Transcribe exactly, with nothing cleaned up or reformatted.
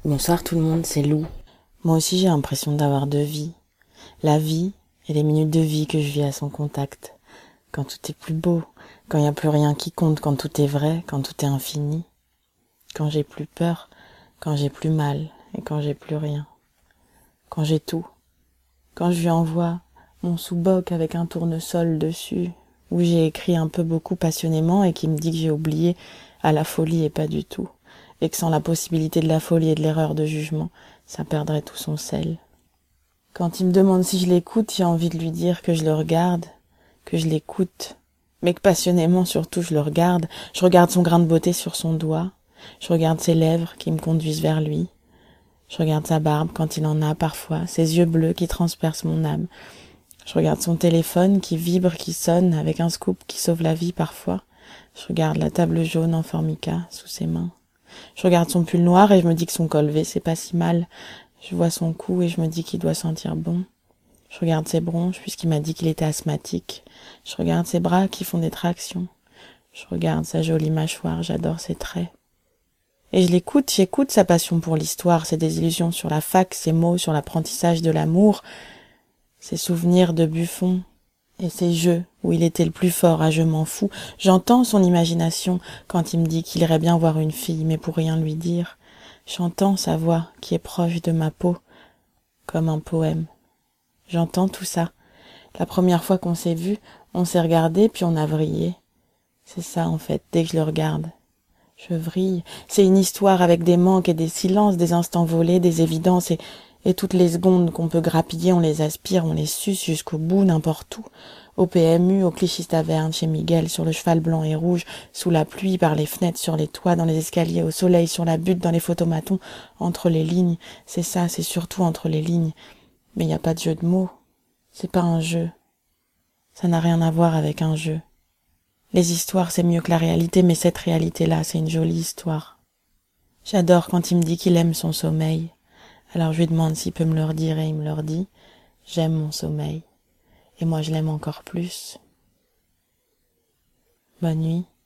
Bonsoir tout le monde, c'est Lou. Moi aussi j'ai l'impression d'avoir deux vies. La vie et les minutes de vie que je vis à son contact. Quand tout est plus beau, quand il n'y a plus rien qui compte, quand tout est vrai, quand tout est infini. Quand j'ai plus peur, quand j'ai plus mal et quand j'ai plus rien. Quand j'ai tout. Quand je lui envoie mon sous-boc avec un tournesol dessus, où j'ai écrit un peu beaucoup passionnément et qui me dit que j'ai oublié à la folie et pas du tout. Et que sans la possibilité de la folie et de l'erreur de jugement, ça perdrait tout son sel. Quand il me demande si je l'écoute, j'ai envie de lui dire que je le regarde, que je l'écoute, mais que passionnément surtout je le regarde. Je regarde son grain de beauté sur son doigt, je regarde ses lèvres qui me conduisent vers lui, je regarde sa barbe quand il en a parfois, ses yeux bleus qui transpercent mon âme. Je regarde son téléphone qui vibre, qui sonne, avec un scoop qui sauve la vie parfois. Je regarde la table jaune en formica sous ses mains. Je regarde son pull noir et je me dis que son col V, c'est pas si mal. Je vois son cou et je me dis qu'il doit sentir bon. Je regarde ses bronches puisqu'il m'a dit qu'il était asthmatique. Je regarde ses bras qui font des tractions. Je regarde sa jolie mâchoire, j'adore ses traits. Et je l'écoute, j'écoute sa passion pour l'histoire, ses désillusions sur la fac, ses mots sur l'apprentissage de l'amour, ses souvenirs de Buffon et ses jeux où il était le plus fort à je m'en fous. J'entends son imagination quand il me dit qu'il irait bien voir une fille mais pour rien lui dire. J'entends sa voix qui est proche de ma peau comme un poème. J'entends tout ça. La première fois qu'on s'est vu, on s'est regardé puis on a vrillé. C'est ça en fait, dès que je le regarde. Je vrille. C'est une histoire avec des manques et des silences, des instants volés, des évidences et, et toutes les secondes qu'on peut grappiller, on les aspire, on les suce jusqu'au bout, n'importe où. Au P M U, au Clichy-Taverne, chez Miguel, sur le cheval blanc et rouge, sous la pluie, par les fenêtres, sur les toits, dans les escaliers, au soleil, sur la butte, dans les photomatons, entre les lignes. C'est ça, c'est surtout entre les lignes. Mais il n'y a pas de jeu de mots. C'est pas un jeu. Ça n'a rien à voir avec un jeu. Les histoires, c'est mieux que la réalité, mais cette réalité-là, c'est une jolie histoire. J'adore quand il me dit qu'il aime son sommeil. Alors je lui demande s'il peut me le redire et il me le redit. J'aime mon sommeil. Et moi, je l'aime encore plus. Bonne nuit.